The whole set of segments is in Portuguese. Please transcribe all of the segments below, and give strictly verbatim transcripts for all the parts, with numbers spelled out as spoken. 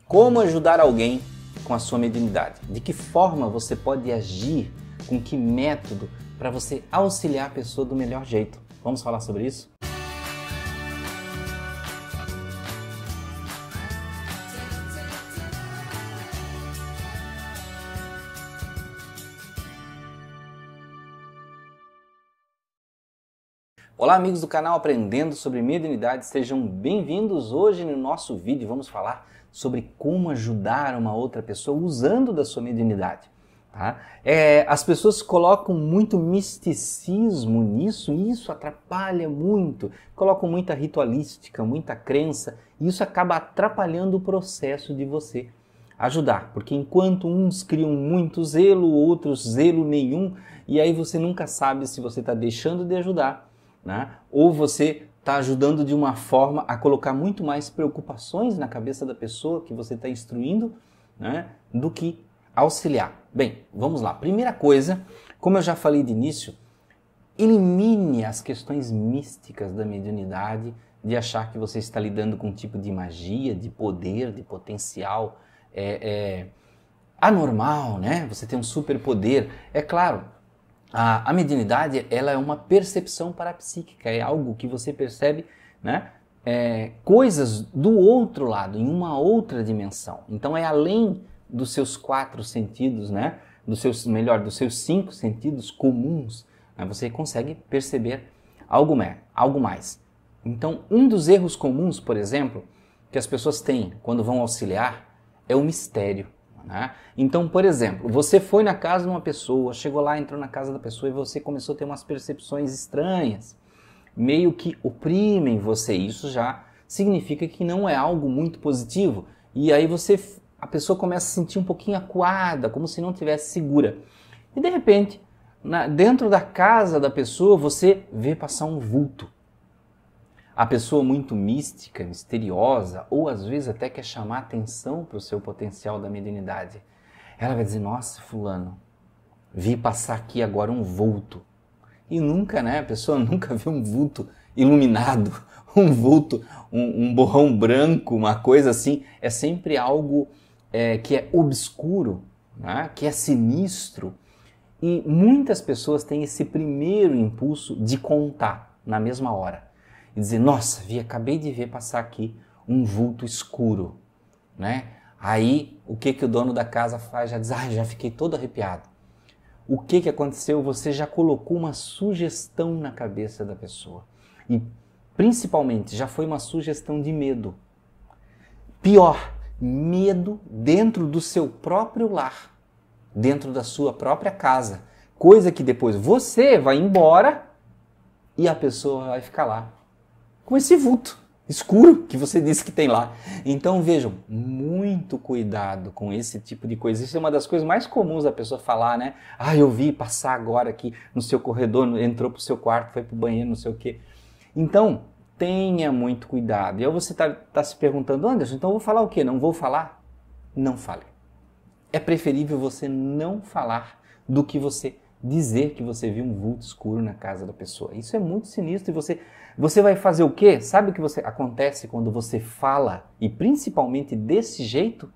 Como ajudar alguém com a sua mediunidade? De que forma você pode agir? Com que método para você auxiliar a pessoa do melhor jeito? Vamos falar sobre isso? Olá amigos do canal Aprendendo sobre Mediunidade, sejam bem-vindos. Hoje no nosso vídeo vamos falar sobre como ajudar uma outra pessoa usando da sua mediunidade. Tá? É, as pessoas colocam muito misticismo nisso e isso atrapalha muito, colocam muita ritualística, muita crença e isso acaba atrapalhando o processo de você ajudar, porque enquanto uns criam muito zelo, outros zelo nenhum, e aí você nunca sabe se você está deixando de ajudar, né? Ou você está ajudando de uma forma a colocar muito mais preocupações na cabeça da pessoa que você está instruindo, né? Do que auxiliar. Bem, vamos lá. Primeira coisa, como eu já falei de início, elimine as questões místicas da mediunidade, de achar que você está lidando com um tipo de magia, de poder, de potencial é, é, anormal, né? Você tem um superpoder. É claro, A, a mediunidade ela é uma percepção parapsíquica, é algo que você percebe, né, é, coisas do outro lado, em uma outra dimensão. Então é além dos seus quatro sentidos, né, dos seus, melhor, dos seus cinco sentidos comuns, né, você consegue perceber algo, mais, algo mais. Então um dos erros comuns, por exemplo, que as pessoas têm quando vão auxiliar é o mistério. Né? Então, por exemplo, você foi na casa de uma pessoa, chegou lá, entrou na casa da pessoa e você começou a ter umas percepções estranhas, meio que oprimem você. Isso já significa que não é algo muito positivo. E aí você, a pessoa começa a se sentir um pouquinho acuada, como se não estivesse segura. E de repente, na, dentro da casa da pessoa, você vê passar um vulto. A pessoa muito mística, misteriosa, ou às vezes até quer chamar atenção para o seu potencial da mediunidade. Ela vai dizer, nossa, fulano, vi passar aqui agora um vulto. E nunca, né? A pessoa nunca viu um vulto iluminado, um vulto, um, um borrão branco, uma coisa assim. É sempre algo é, que é obscuro, né? Que é sinistro. E muitas pessoas têm esse primeiro impulso de contar na mesma hora. E dizer, nossa, vi, acabei de ver passar aqui um vulto escuro, né? Aí, o que, que o dono da casa faz? Já diz, ah, já fiquei todo arrepiado. O que, que aconteceu? Você já colocou uma sugestão na cabeça da pessoa. E, principalmente, já foi uma sugestão de medo. Pior, medo dentro do seu próprio lar, dentro da sua própria casa. Coisa que depois você vai embora e a pessoa vai ficar lá com esse vulto escuro que você disse que tem lá. Então vejam, muito cuidado com esse tipo de coisa. Isso é uma das coisas mais comuns da pessoa falar, né? Ah, eu vi passar agora aqui no seu corredor, entrou pro seu quarto, foi pro banheiro, não sei o quê. Então, tenha muito cuidado. E aí você está tá se perguntando, Anderson, então eu vou falar o quê? Não vou falar? Não fale. É preferível você não falar do que você dizer que você viu um vulto escuro na casa da pessoa. Isso é muito sinistro e você, você vai fazer o quê? Sabe o que você, acontece quando você fala e principalmente desse jeito?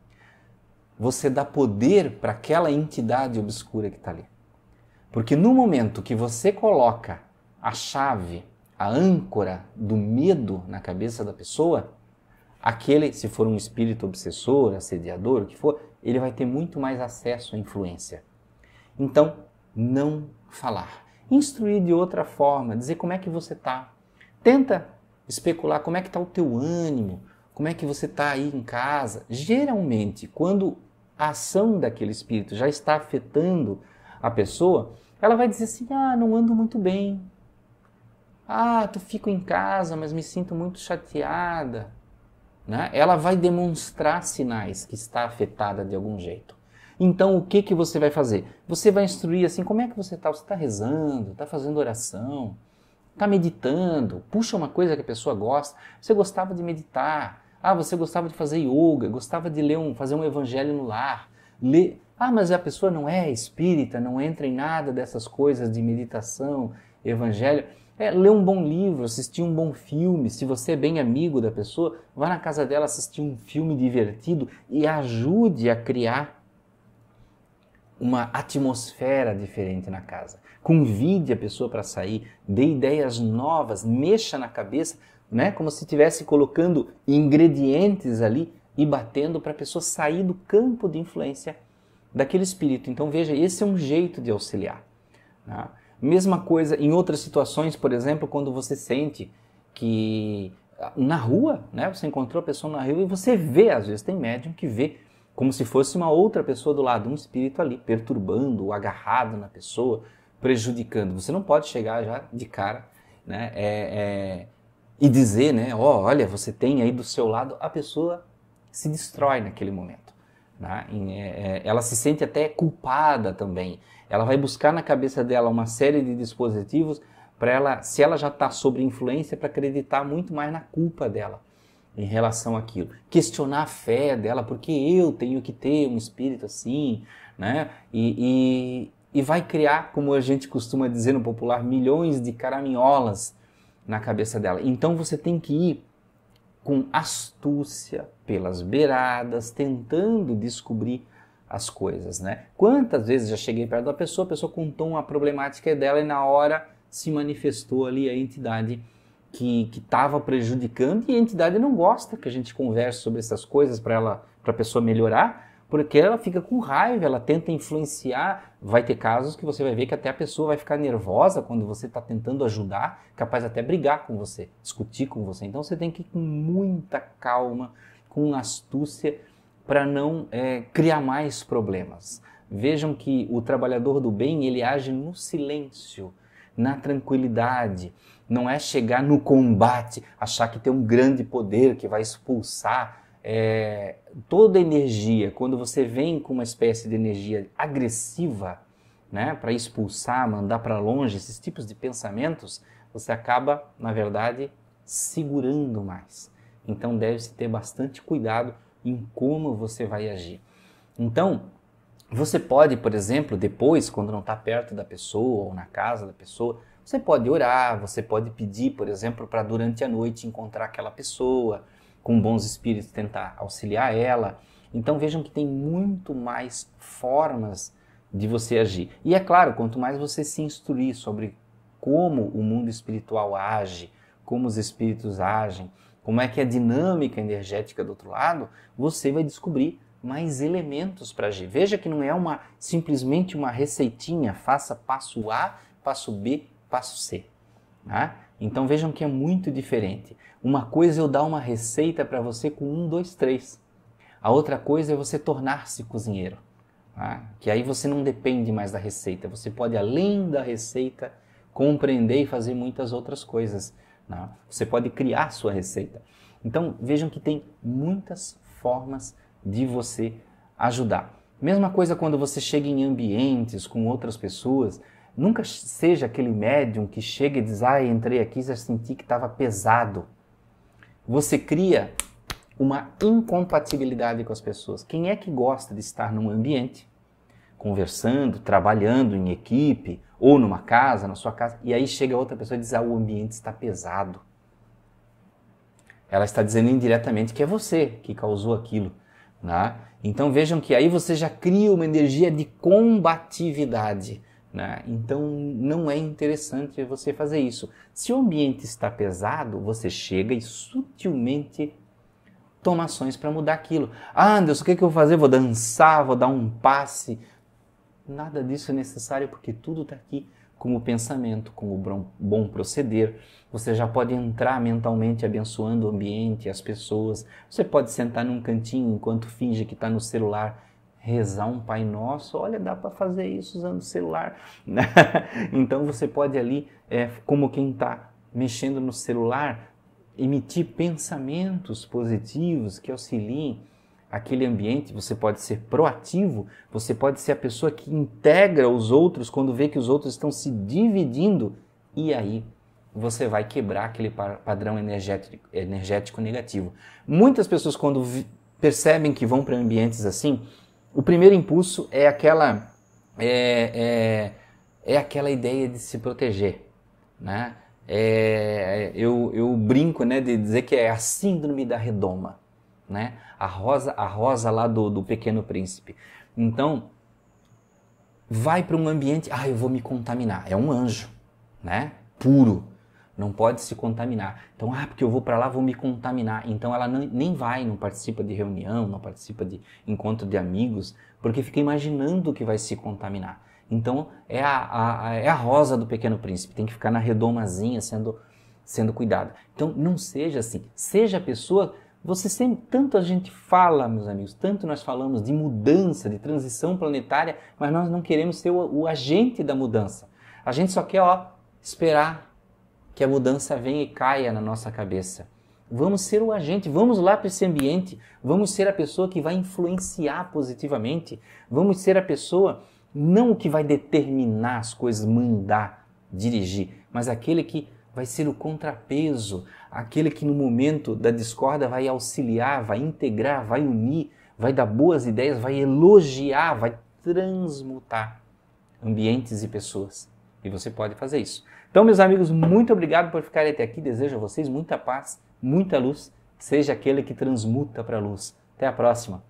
Você dá poder para aquela entidade obscura que está ali. Porque no momento que você coloca a chave, a âncora do medo na cabeça da pessoa, aquele, se for um espírito obsessor, assediador, o que for, ele vai ter muito mais acesso à influência. Então, não falar. Instruir de outra forma, dizer como é que você está. Tenta especular como é que está o teu ânimo, como é que você está aí em casa. Geralmente, quando a ação daquele espírito já está afetando a pessoa, ela vai dizer assim, ah, não ando muito bem. Ah, tu fico em casa, mas me sinto muito chateada. Né? Ela vai demonstrar sinais que está afetada de algum jeito. Então, o que, que você vai fazer? Você vai instruir assim, como é que você está? Você está rezando, está fazendo oração, está meditando, puxa uma coisa que a pessoa gosta. Você gostava de meditar, ah, você gostava de fazer yoga, gostava de ler um, fazer um evangelho no lar. Ler. Ah, mas a pessoa não é espírita, não entra em nada dessas coisas de meditação, evangelho. É, ler um bom livro, assistir um bom filme. Se você é bem amigo da pessoa, vá na casa dela assistir um filme divertido e ajude a criar uma atmosfera diferente na casa. Convide a pessoa para sair, dê ideias novas, mexa na cabeça, né? Como se estivesse colocando ingredientes ali e batendo para a pessoa sair do campo de influência daquele espírito. Então veja, esse é um jeito de auxiliar, né? Mesma coisa em outras situações, por exemplo, quando você sente que na rua, né, você encontrou a pessoa na rua e você vê, às vezes tem médium que vê como se fosse uma outra pessoa do lado, um espírito ali, perturbando, agarrado na pessoa, prejudicando. Você não pode chegar já de cara, né, é, é, e dizer, né, oh, olha, você tem aí do seu lado, a pessoa se destrói naquele momento, né? É, ela se sente até culpada também. Ela vai buscar na cabeça dela uma série de dispositivos para ela, se ela já está sob influência, para acreditar muito mais na culpa dela em relação àquilo. Questionar a fé dela, porque eu tenho que ter um espírito assim, né? E, e, e vai criar, como a gente costuma dizer no popular, milhões de caraminholas na cabeça dela. Então você tem que ir com astúcia pelas beiradas, tentando descobrir as coisas, né? Quantas vezes já cheguei perto da pessoa, a pessoa contou uma problemática dela e na hora se manifestou ali a entidade que estava prejudicando, e a entidade não gosta que a gente converse sobre essas coisas para ela, para a pessoa melhorar, porque ela fica com raiva, ela tenta influenciar. Vai ter casos que você vai ver que até a pessoa vai ficar nervosa quando você está tentando ajudar, capaz até brigar com você, discutir com você. Então você tem que ir com muita calma, com astúcia, para não é, criar mais problemas. Vejam que o trabalhador do bem, ele age no silêncio, na tranquilidade. Não é chegar no combate, achar que tem um grande poder que vai expulsar é, toda energia. Quando você vem com uma espécie de energia agressiva, né, para expulsar, mandar para longe esses tipos de pensamentos, você acaba, na verdade, segurando mais. Então deve-se ter bastante cuidado em como você vai agir. Então, você pode, por exemplo, depois, quando não está perto da pessoa ou na casa da pessoa, você pode orar, você pode pedir, por exemplo, para durante a noite encontrar aquela pessoa, com bons espíritos tentar auxiliar ela. Então vejam que tem muito mais formas de você agir. E é claro, quanto mais você se instruir sobre como o mundo espiritual age, como os espíritos agem, como é que é a dinâmica energética do outro lado, você vai descobrir mais elementos para agir. Veja que não é uma, simplesmente uma receitinha, faça passo A, passo B, passo C. Tá? Então vejam que é muito diferente. Uma coisa é eu dar uma receita para você com um, dois, três. A outra coisa é você tornar-se cozinheiro. Tá? Que aí você não depende mais da receita. Você pode, além da receita, compreender e fazer muitas outras coisas. Tá? Você pode criar sua receita. Então vejam que tem muitas formas de você ajudar. Mesma coisa quando você chega em ambientes com outras pessoas. Nunca seja aquele médium que chega e diz, ah, entrei aqui e já senti que estava pesado. Você cria uma incompatibilidade com as pessoas. Quem é que gosta de estar num ambiente, conversando, trabalhando em equipe, ou numa casa, na sua casa, e aí chega outra pessoa e diz, ah, o ambiente está pesado. Ela está dizendo indiretamente que é você que causou aquilo. Né? Então vejam que aí você já cria uma energia de combatividade. Né? Então não é interessante você fazer isso. Se o ambiente está pesado, você chega e sutilmente toma ações para mudar aquilo. Ah, Deus, o que, é que eu vou fazer? Vou dançar, vou dar um passe. Nada disso é necessário, porque tudo está aqui como pensamento, como bom proceder. Você já pode entrar mentalmente abençoando o ambiente, as pessoas. Você pode sentar num cantinho enquanto finge que está no celular, rezar um Pai Nosso. Olha, dá para fazer isso usando o celular. Então você pode ali, é, como quem está mexendo no celular, emitir pensamentos positivos que auxiliem aquele ambiente. Você pode ser proativo, você pode ser a pessoa que integra os outros quando vê que os outros estão se dividindo, e aí você vai quebrar aquele padrão energético, energético negativo. Muitas pessoas, quando percebem que vão para ambientes assim, o primeiro impulso é aquela, é, é, é aquela ideia de se proteger, né? É, eu, eu brinco, né, de dizer que é a síndrome da redoma, né? A rosa, a rosa lá do, do Pequeno Príncipe. Então, vai para um ambiente, ah, eu vou me contaminar. É um anjo, né? Puro. Não pode se contaminar. Então, ah, porque eu vou para lá, vou me contaminar. Então ela não, nem vai, não participa de reunião, não participa de encontro de amigos, porque fica imaginando que vai se contaminar. Então é a, a, é a rosa do Pequeno Príncipe, tem que ficar na redomazinha sendo, sendo cuidada. Então não seja assim, seja a pessoa, você sempre, tanto a gente fala, meus amigos, tanto nós falamos de mudança, de transição planetária, mas nós não queremos ser o, o agente da mudança. A gente só quer, ó, esperar que a mudança venha e caia na nossa cabeça. Vamos ser o agente, vamos lá para esse ambiente, vamos ser a pessoa que vai influenciar positivamente, vamos ser a pessoa, não o que vai determinar as coisas, mandar, dirigir, mas aquele que vai ser o contrapeso, aquele que no momento da discórdia vai auxiliar, vai integrar, vai unir, vai dar boas ideias, vai elogiar, vai transmutar ambientes e pessoas. E você pode fazer isso. Então, meus amigos, muito obrigado por ficarem até aqui. Desejo a vocês muita paz, muita luz. Seja aquele que transmuta para a luz. Até a próxima.